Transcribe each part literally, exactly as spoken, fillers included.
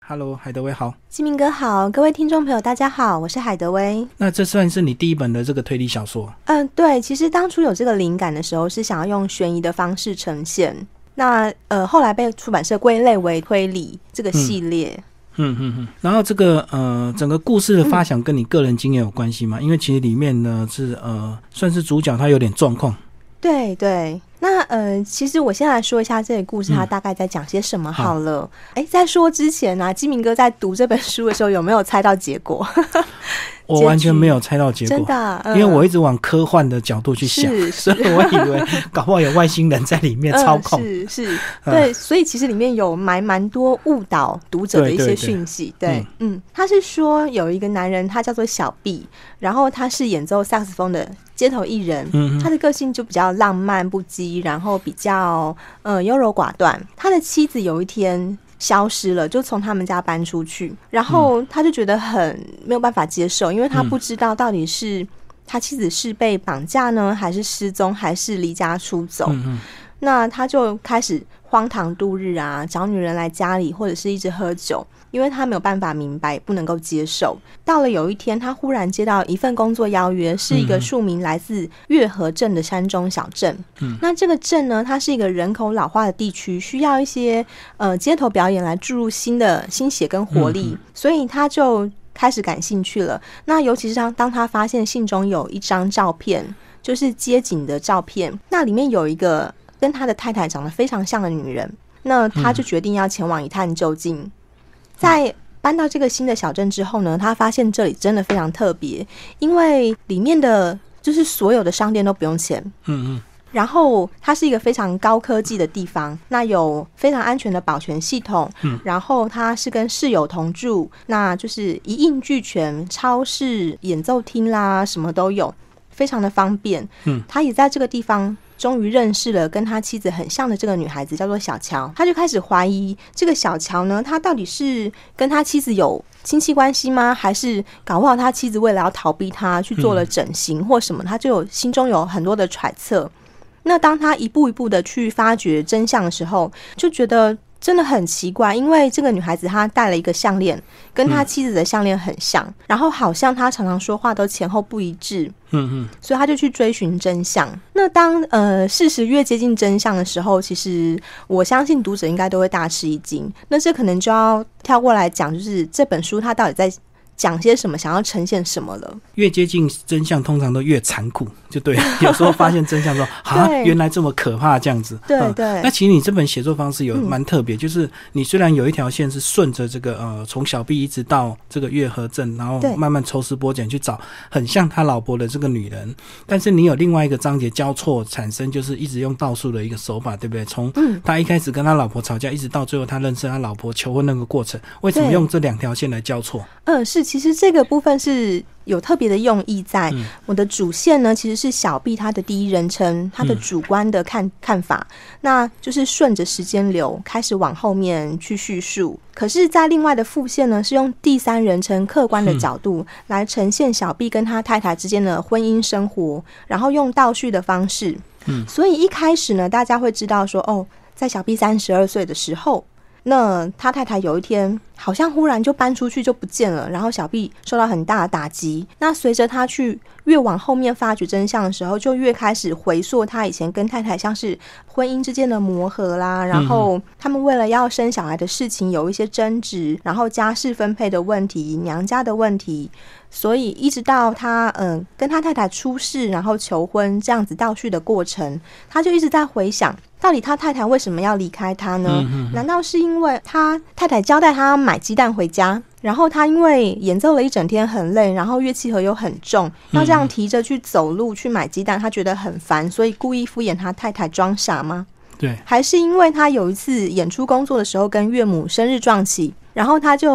Hello， 海德威好。 基民哥好，各位听众朋友大家好，我是海德威。 那这算是你第一本的这个推理小说？ 嗯，对，其实当初有这个灵感的时候是想要用悬疑的方式呈现，那呃后来被出版社归类为推理这个系列。 嗯嗯嗯。然后这个呃整个故事的发想跟你个人经验有关系吗？嗯、因为其实里面呢是呃算是主角他有点状况。 对对。那呃，其实我先来说一下这个故事，它大概在讲些什么好了。哎、嗯，在说之前啊，基民哥在读这本书的时候，有没有猜到结果？ 我完全没有猜到结果， 真的、啊嗯， 因为我一直往科幻的角度去想，所以我以为搞不好有外星人在里面操控。 嗯、是是，对、嗯，所以其实里面有埋蛮多误导读者的一些讯息。对, 对, 对, 对，嗯，他是说有一个男人，他叫做小毕，然后他是演奏萨克斯风的街头艺人，嗯，他的个性就比较浪漫不羁，然后比较呃优柔寡断。他的妻子有一天消失了，就从他们家搬出去，然后他就觉得很没有办法接受，因为他不知道到底是他妻子是被绑架呢，还是失踪，还是离家出走。嗯嗯，那他就开始荒唐度日啊，找女人来家里，或者是一直喝酒，因为他没有办法明白，不能够接受。到了有一天，他忽然接到一份工作邀约，是一个庶民来自月河镇的山中小镇。嗯，那这个镇呢，它是一个人口老化的地区，需要一些呃街头表演来注入新的新血跟活力，嗯，所以他就开始感兴趣了。那尤其是当当他发现信中有一张照片，就是街景的照片，那里面有一个跟他的太太长得非常像的女人，那他就决定要前往一探究竟。嗯，在搬到这个新的小镇之后呢，他发现这里真的非常特别，因为里面的就是所有的商店都不用钱。嗯嗯。然后它是一个非常高科技的地方，那有非常安全的保全系统，嗯，然后它是跟室友同住，那就是一应俱全，超市、演奏厅啦，什么都有，非常的方便。嗯，他也在这个地方终于认识了跟他妻子很像的这个女孩子，叫做小乔。他就开始怀疑这个小乔呢，他到底是跟他妻子有亲戚关系吗？还是搞不好他妻子为了要逃避他去做了整形或什么，他就有心中有很多的揣测。那当他一步一步的去发掘真相的时候，就觉得真的很奇怪，因为这个女孩子她戴了一个项链，跟她妻子的项链很像，嗯，然后好像她常常说话都前后不一致。嗯嗯，所以他就去追寻真相。那当呃事实越接近真相的时候，其实我相信读者应该都会大吃一惊。那这可能就要跳过来讲，就是这本书它到底在讲些什么，想要呈现什么了。 越接近真相通常都越残酷，就对了。有时候发现真相说啊，原来这么可怕这样子。 对对，嗯， 那其实你这本写作方式有蛮特别，嗯，就是你虽然有一条线是顺着这个呃从小毕一直到这个月河镇，然后慢慢抽丝剥茧去找很像他老婆的这个女人，但是你有另外一个章节交错产生，就是一直用倒数的一个手法，对不对？从他一开始跟他老婆吵架，一直到最后他认识他老婆求婚那个过程，为什么用这两条线来交错？ 嗯，是，其实这个部分是有特别的用意在。嗯，我的主线呢，其实是小毕他的第一人称，他的主观的看、嗯、看法，那就是顺着时间流开始往后面去叙述。可是在另外的副线呢，是用第三人称客观的角度来呈现小毕跟他太太之间的婚姻生活，然后用倒叙的方式。嗯，所以一开始呢，大家会知道说，哦，在小毕三十二岁的时候，那他太太有一天好像忽然就搬出去就不见了，然后小毕受到很大的打击。那随着他去越往后面发掘真相的时候，就越开始回溯他以前跟太太像是婚姻之间的磨合啦，然后他们为了要生小孩的事情有一些争执，然后家事分配的问题，娘家的问题，所以一直到他嗯跟他太太出事，然后求婚这样子倒叙的过程，他就一直在回想，到底他太太为什么要离开他呢？嗯嗯嗯，难道是因为他太太交代他买鸡蛋回家，然后他因为演奏了一整天很累，然后乐器盒又很重，要这样提着去走路去买鸡蛋，他觉得很烦，所以故意敷衍他太太装傻吗？ 对， 还是因为他有一次演出工作的时候跟岳母生日撞起，然后他就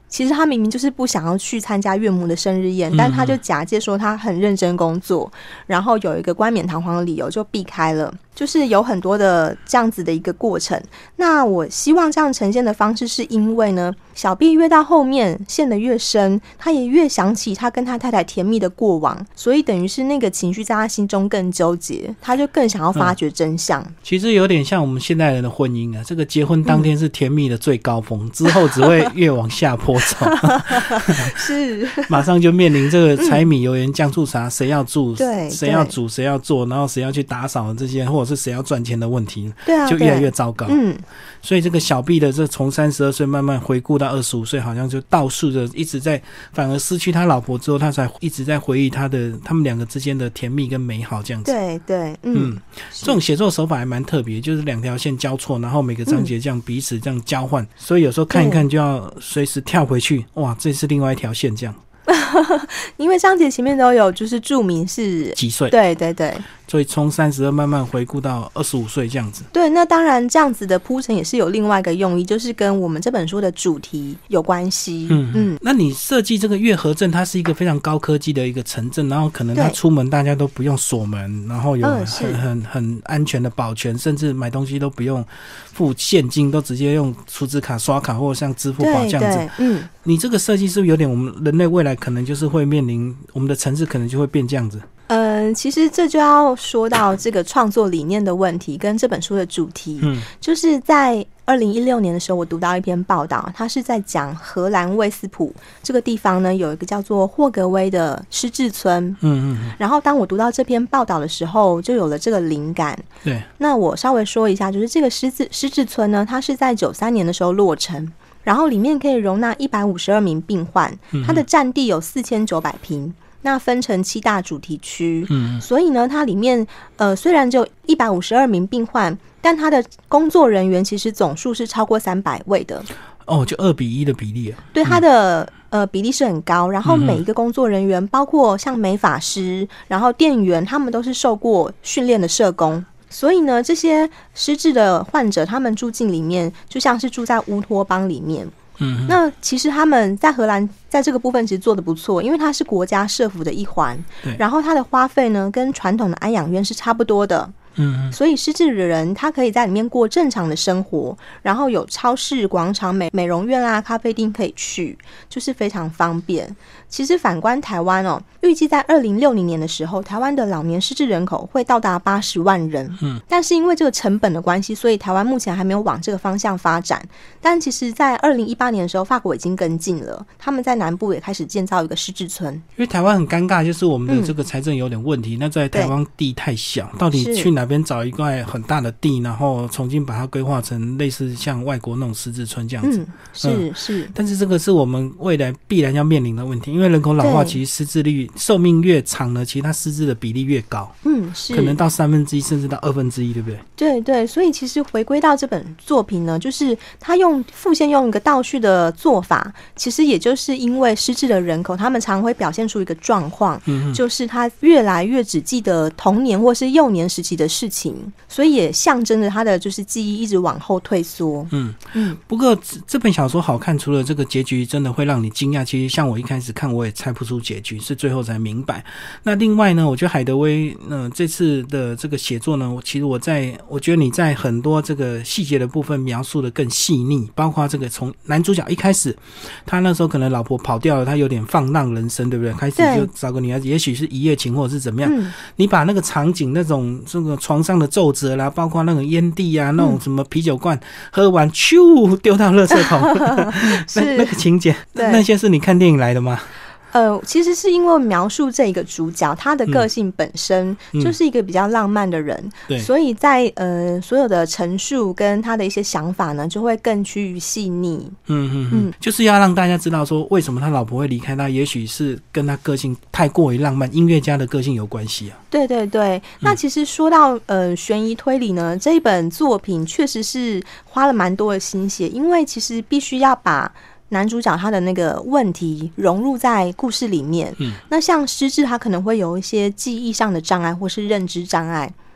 其实他明明就是不想要去参加岳母的生日宴，但他就假借说他很认真工作，然后有一个冠冕堂皇的理由就避开了，就是有很多的这样子的一个过程。那我希望这样呈现的方式是因为呢，小毕越到后面陷得越深，他也越想起他跟他太太甜蜜的过往，所以等于是那个情绪在他心中更纠结，他就更想要发掘真相、嗯、 其实有点像我们现代人的婚姻啊，这个结婚当天是甜蜜的最高峰、嗯、之后只会越往下坡走是马上就面临这个柴米油盐酱醋茶谁要住， 对， 谁要煮谁要做，然后谁要去打扫这些，或者是谁要赚钱的问题， 对啊， 就越来越糟糕。 嗯， 所以这个小毕的这从三十二岁慢慢回顾到二十五岁，好像就倒数着一直在，反而失去他老婆之后，他才一直在回忆他的他们两个之间的甜蜜跟美好这样子。 对对，嗯，嗯这种写作手法还蛮特别，就是两条线交错，然后每个章节这样彼此这样交换、嗯，所以有时候看一看就要随时跳回去，哇，这是另外一条线这样。 因为章节前面都有就是注明是几岁， 对对对， 所以从三十二慢慢回顾到二十五岁这样子。 对，那当然这样子的铺陈也是有另外一个用意，就是跟我们这本书的主题有关系。 嗯嗯，那你设计这个越河镇，它是一个非常高科技的一个城镇，然后可能他出门大家都不用锁门，然后有很、嗯、很很安全的保全，甚至买东西都不用付现金，都直接用储值卡刷卡或者像支付宝这样子。嗯，你这个设计是不是有点我们人类未来可能就是会面临我们的城市可能就会变这样子？ 嗯，其实这就要说到这个创作理念的问题跟这本书的主题。嗯，就是在二零一六年的时候，我读到一篇报道，它是在讲荷兰魏斯普这个地方呢，有一个叫做霍格威的失智村。嗯嗯。然后当我读到这篇报道的时候，就有了这个灵感。 对。 那我稍微说一下，就是这个失智失智村呢，它是在九三年的时候落成。然后里面可以容纳一百五十二名病患，它的占地有四千九百平，那分成七大主题区。嗯，所以呢，它里面呃虽然只有一百五十二名病患，但它的工作人员其实总数是超过三百位的。 哦，就二比一的比例啊。 对，它的、嗯、呃比例是很高。然后每一个工作人员，包括像美发师，然后店员，他们都是受过训练的社工。所以呢，这些失智的患者，他们住进里面，就像是住在乌托邦里面。嗯，那其实他们在荷兰在这个部分其实做得不错，因为它是国家社福的一环。对，然后它的花费呢，跟传统的安养院是差不多的。嗯，所以失智的人他可以在里面过正常的生活，然后有超市、广场、美美容院啊、咖啡厅可以去，就是非常方便。其实反观台湾哦，预计在二零六零年的时候，台湾的老年失智人口会到达八十万人。嗯，但是因为这个成本的关系，所以台湾目前还没有往这个方向发展。但其实在二零一八年的时候，法国已经跟进了，他们在南部也开始建造一个失智村。因为台湾很尴尬，就是我们的这个财政有点问题。嗯、那在台湾地太小，到底去哪边找一块很大的地，然后重新把它规划成类似像外国那种失智村这样子？ 嗯，是、嗯、是。 但是这个是我们未来必然要面临的问题，因为人口老化，其实失智率寿命越长呢，其实它失智的比例越高。嗯，是，可能到三分之一，甚至到二分之一，对不对？ 对对，所以其实回归到这本作品呢，就是他用复线用一个倒叙的做法，其实也就是因为失智的人口，他们常会表现出一个状况，嗯，就是他越来越只记得童年或是幼年时期的事情，所以也象征着他的就是记忆一直往后退缩。嗯嗯。不过这本小说好看，除了这个结局真的会让你惊讶，其实像我一开始看我也猜不出结局，是最后才明白。那另外呢，我觉得海德威呃这次的这个写作呢，其实我在我觉得你在很多这个细节的部分描述的更细腻，包括这个从男主角一开始，他那时候可能老婆跑掉了，他有点放浪人生，对不对？开始就找个女孩子，也许是一夜情或者是怎么样。嗯、你把那个场景那种这个床上的皱褶啦，包括那种烟蒂啊，那种什么啤酒罐、嗯、喝完咻丢到垃圾桶，那那个情节，那些是你看电影来的吗？ 呃，其实是因为描述这个主角他的个性本身就是一个比较浪漫的人，嗯、所以在呃所有的陈述跟他的一些想法呢，就会更趋于细腻。 嗯嗯嗯，就是要让大家知道说，为什么他老婆会离开他，也许是跟他个性太过于浪漫，音乐家的个性有关系啊。 对对对，那其实说到呃悬疑推理呢，这一本作品确实是花了蛮多的心血，因为其实必须要把男主角他的那个问题融入在故事里面。嗯，那像失智他可能会有一些记忆上的障碍或是认知障碍，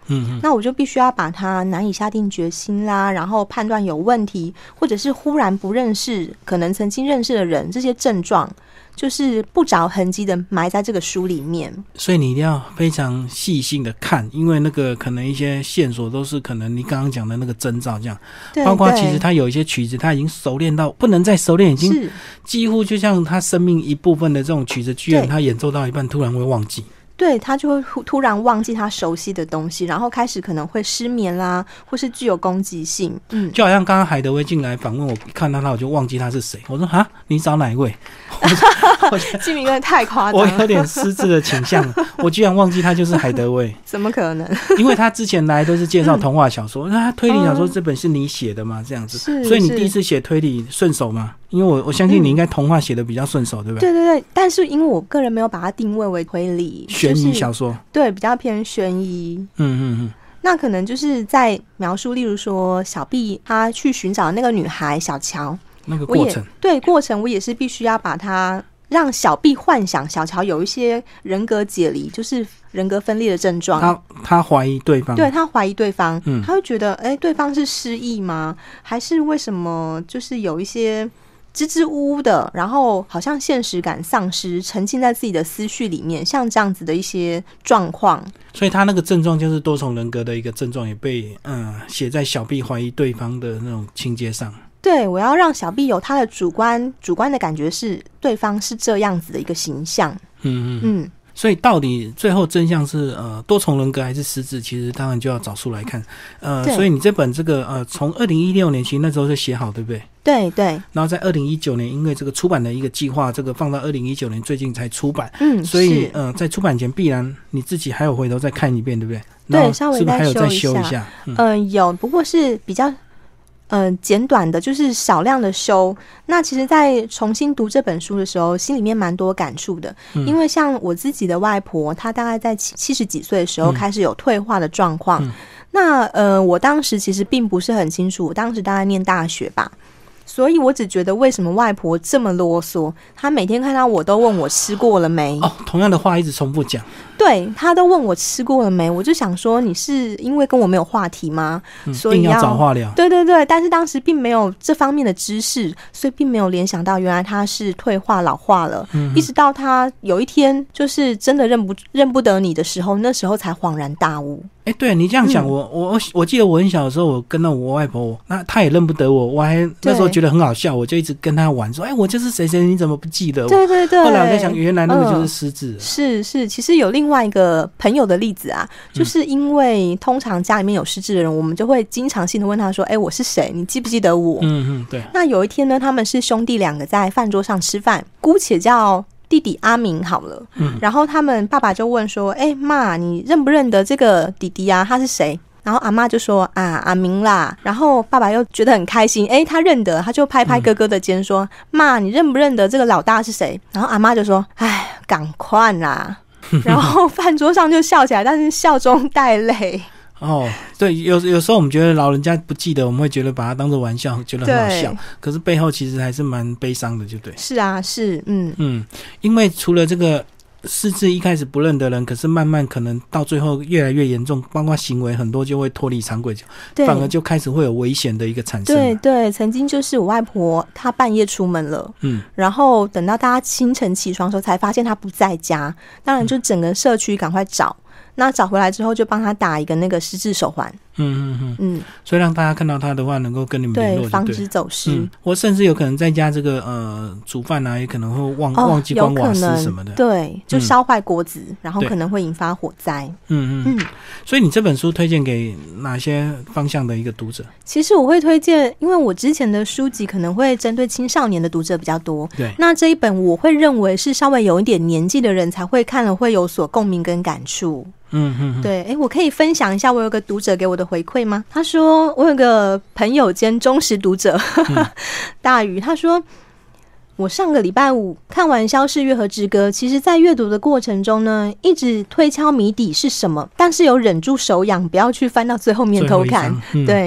嗯嗯，那我就必须要把他难以下定决心啦，然后判断有问题，或者是忽然不认识可能曾经认识的人，这些症状就是不着痕迹的埋在这个书里面。 所以你一定要非常细心的看，因为那个可能一些线索都是可能你刚刚讲的那个征兆这样。对，包括其实他有一些曲子他已经熟练到不能再熟练，已经几乎就像他生命一部分的这种曲子，居然他演奏到一半突然会忘记。 对，他就会突然忘记他熟悉的东西，然后开始可能会失眠啦，或是具有攻击性。嗯， 就好像刚刚海德威进来访问我，看到他我就忘记他是谁。我说哈，你找哪一位？ 记名真的太夸张了， 我有点失智的倾向了。我居然忘记他就是海德威， 怎么可能？ 因为他之前来都是介绍童话小说，那、嗯、他推理小说这本是你写的吗？这样子，所以你第一次写推理顺手吗？因为我我相信你应该童话写的比较顺手，对不对？ 对对对，但是因为我个人没有把它定位为推理悬疑小说， 对，比较偏悬疑。 嗯嗯嗯。 那可能就是在描述，例如说小毕他去寻找那个女孩小乔那个过程， 对过程我也是必须要把它让小毕幻想小乔有一些人格解离，就是人格分裂的症状。 他他怀疑对方， 对他怀疑对方，嗯，他会觉得，哎，对方是失忆吗？还是为什么就是有一些支支吾吾的，然后好像现实感丧失，沉浸在自己的思绪里面，像这样子的一些状况。 所以他那个症状就是多重人格的一个症状，也被嗯写在小毕怀疑对方的那种情节上。 对，我要让小毕有他的主观主观的感觉是对方是这样子的一个形象。 嗯嗯嗯。所以到底最后真相是呃多重人格还是失智，其实当然就要找书来看。呃，所以你这本这个呃从二零一六年其实那时候就写好，对不对？ 对对。 然后在二零一九年，因为这个出版的一个计划，这个放到二零一九年最近才出版。嗯，所以呃在出版前必然你自己还有回头再看一遍，对不对？ 对，稍微再修一下。 是不是还有再修一下？ 嗯、呃，有，不过是比较。呃，简短的，就是少量的修。那其实在重新读这本书的时候，心里面蛮多感触的、嗯、因为像我自己的外婆，她大概在七十几岁的时候开始有退化的状况、嗯、那呃，我当时其实并不是很清楚，我当时大概念大学吧，所以我只觉得为什么外婆这么啰嗦，她每天看到我都问我吃过了没。 哦，同样的话一直重复讲。 对，她都问我吃过了没，我就想说你是因为跟我没有话题吗、嗯、所以要, 要找话聊。 对对对，但是当时并没有这方面的知识，所以并没有联想到原来她是退化老化了、嗯、一直到她有一天就是真的认不认不得你的时候，那时候才恍然大悟。 哎，对你这样讲、嗯、我我我记得我很小的时候，我跟到我外婆，那她也认不得我，我还那时候觉得很好笑，我就一直跟她玩说，哎，我就是谁谁，你怎么不记得我？对对对。后来我在想，原来那个就是失智、嗯。 是是，其实有另外一个朋友的例子啊，就是因为通常家里面有失智的人，我们就会经常性的问他说，哎，我是谁？你记不记得我？嗯嗯，对。那有一天呢，他们是兄弟两个在饭桌上吃饭，姑且叫弟弟阿明好了、嗯、然后他们爸爸就问说，哎妈，你认不认得这个弟弟啊？他是谁？然后阿妈就说啊，阿明啦。然后爸爸又觉得很开心，哎，他认得，他就拍拍哥哥的肩说，妈、嗯，你认不认得这个老大是谁？然后阿妈就说，哎，赶快啦。然后饭桌上就笑起来，但是笑中带泪。 哦，对，有有时候我们觉得老人家不记得，我们会觉得把它当作玩笑，觉得很好笑，可是背后其实还是蛮悲伤的，就对。 是啊，是，嗯嗯，因为除了这个失智一开始不认得人，可是慢慢可能到最后越来越严重，包括行为很多就会脱离常轨，反而就开始会有危险的一个产生。 对对，曾经就是我外婆她半夜出门了，嗯，然后等到大家清晨起床的时候才发现她不在家，当然就整个社区赶快找、嗯、那找回来之后就帮她打一个那个失智手环。 嗯嗯嗯嗯，所以让大家看到他的话，能够跟你们联络， 对，防止走失。 嗯，或甚至有可能在家这个呃煮饭啊，也可能会忘、哦、忘记关瓦斯什么的， 对，就烧坏锅子、嗯，然后可能会引发火灾。 嗯嗯嗯。所以你这本书推荐给哪些方向的一个读者？ 其实我会推荐，因为我之前的书籍可能会针对青少年的读者比较多， 对。 那这一本我会认为是稍微有一点年纪的人才会看了会有所共鸣跟感触。 嗯嗯， 对，哎，我可以分享一下我有个读者给我的回馈吗？他说我有个朋友兼忠实读者嗯、大宇，他说我上个礼拜五看完《消逝月河之歌》，其实在阅读的过程中呢，一直推敲谜底是什么，但是有忍住手痒，不要去翻到最后面偷看。嗯、对，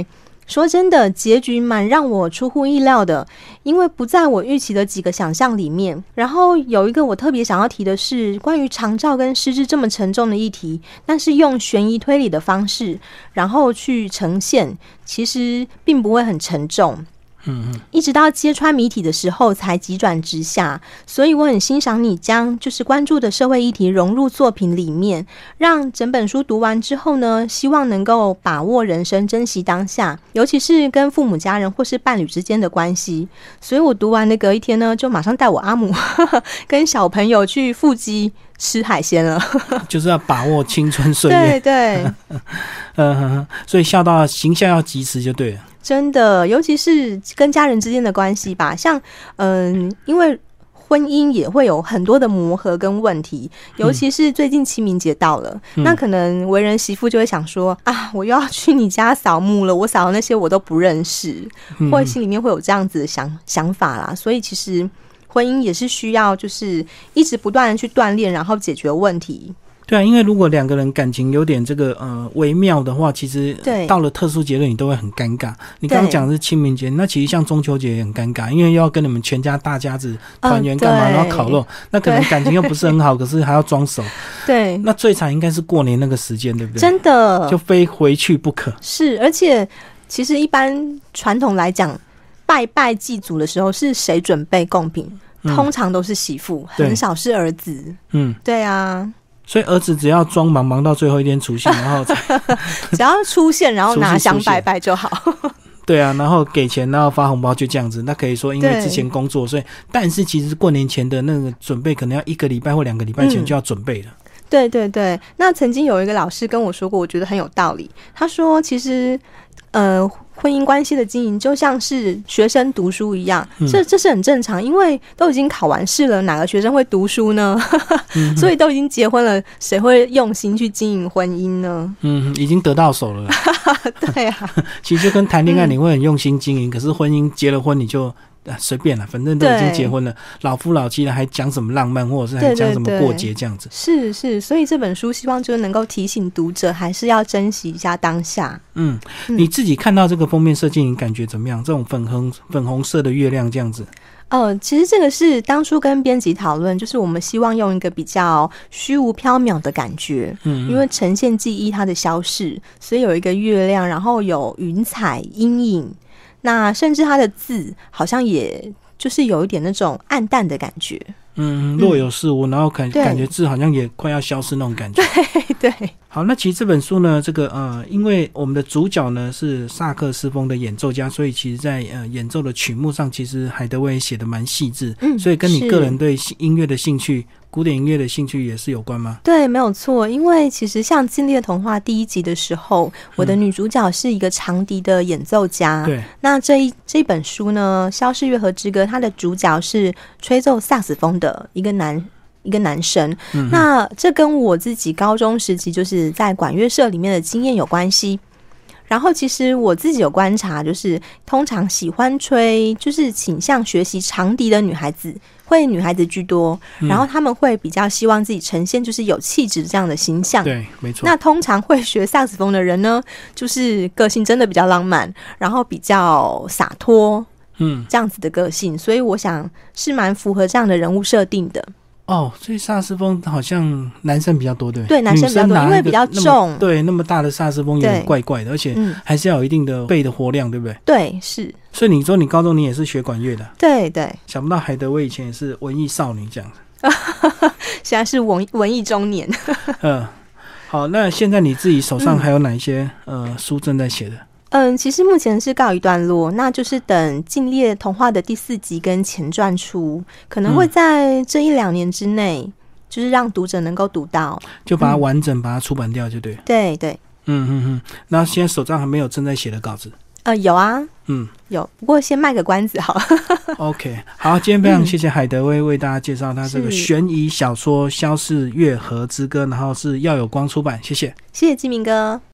说真的，结局蛮让我出乎意料的，因为不在我预期的几个想象里面。然后有一个我特别想要提的是，关于长照跟失智这么沉重的议题，但是用悬疑推理的方式，然后去呈现，其实并不会很沉重。 嗯嗯， 一直到揭穿谜题的时候才急转直下，所以我很欣赏你将就是关注的社会议题融入作品里面，让整本书读完之后呢，希望能够把握人生，珍惜当下，尤其是跟父母家人或是伴侣之间的关系。所以我读完的隔一天呢，就马上带我阿母呵呵跟小朋友去富基吃海鲜了就是要把握青春岁月。 对对呃，所以孝道行孝要及时就对了， 真的，尤其是跟家人之间的关系吧，像嗯，因为婚姻也会有很多的磨合跟问题，尤其是最近清明节到了、嗯、那可能为人媳妇就会想说啊，我又要去你家扫墓了，我扫的那些我都不认识、嗯、或者心里面会有这样子的想想法啦。所以其实婚姻也是需要就是一直不断的去锻炼，然后解决问题。 对啊，因为如果两个人感情有点这个呃微妙的话，其实到了特殊节日你都会很尴尬。你刚刚讲的是清明节，那其实像中秋节也很尴尬，因为又要跟你们全家大家子团圆干嘛、嗯、然后烤肉，那可能感情又不是很好，可是还要装熟。对，那最惨应该是过年那个时间，对不对？真的，就非回去不可。是，而且其实一般传统来讲，拜拜祭祖的时候是谁准备贡品？嗯、通常都是媳妇，很少是儿子。嗯，对啊。所以儿子只要装忙忙到最后一天除夕，然后只要出现然后拿香拜拜就好对啊，然后给钱然后发红包就这样子。那可以说因为之前工作，所以但是其实过年前的那个准备可能要一个礼拜或两个礼拜前就要准备了、嗯、对对对。那曾经有一个老师跟我说过，我觉得很有道理。他说其实呃，婚姻关系的经营就像是学生读书一样，嗯、这这是很正常，因为都已经考完试了，哪个学生会读书呢？嗯、所以都已经结婚了，谁会用心去经营婚姻呢？嗯，已经得到手了。对啊，其实就跟谈恋爱，你会很用心经营、嗯，可是婚姻结了婚你就。啊，随便了，反正都已经结婚了，老夫老妻了，还讲什么浪漫，或者是还讲什么过节这样子。对对对，是是，所以这本书希望就是能够提醒读者，还是要珍惜一下当下。嗯，嗯你自己看到这个封面设计，你感觉怎么样？这种粉红粉红色的月亮这样子。呃，其实这个是当初跟编辑讨论，就是我们希望用一个比较虚无缥缈的感觉，嗯，因为呈现记忆它的消逝，所以有一个月亮，然后有云彩、阴影。那甚至他的字好像也就是有一点那种暗淡的感觉，嗯，若有似无，然后感感觉字好像也快要消失那种感觉。对对。好，那其实这本书呢，这个呃，因为我们的主角呢是萨克斯风的演奏家，所以其实在呃演奏的曲目上，其实海德威写的蛮细致，嗯，所以跟你个人对音乐的兴趣。古典音乐的兴趣也是有关吗？对，没有错。因为其实像《禁猎童话》第一集的时候，我的女主角是一个长笛的演奏家。对、嗯，那这一这本书呢，《消逝月河之歌》，它的主角是吹奏萨克斯风的一个男一个男生。嗯，那这跟我自己高中时期就是在管乐社里面的经验有关系。然后其实我自己有观察，就是通常喜欢吹就是倾向学习长笛的女孩子会女孩子居多、嗯、然后他们会比较希望自己呈现就是有气质这样的形象。对，没错。那通常会学萨克斯风的人呢，就是个性真的比较浪漫，然后比较洒脱，嗯，这样子的个性，所以我想是蛮符合这样的人物设定的。哦，所以萨克斯风好像男生比较多，对不对？对，男生比较多，因为比较重。对，那么大的萨克斯风有点怪怪的，而且还是要有一定的肺的活量，对不对？对，是。所以你说你高中你也是学管乐的？对对。想不到海德威以前也是文艺少女这样子，现在是文文艺中年。嗯，好，那现在你自己手上还有哪一些、嗯、呃书正在写的？嗯，其实目前是告一段落，那就是等《禁猎童话》的第四集跟前传出，可能会在这一两年之内，就是让读者能够读到，就把它完整、嗯、把它出版掉就对。对对，嗯嗯嗯。那现在手上还没有正在写的稿子？呃，有啊，嗯，有，不过先卖个关子好了。OK， 好，今天非常谢谢海德威为大家介绍他这个悬疑小说《消逝月河之歌》，然后是耀有光出版，谢谢，谢谢基明哥。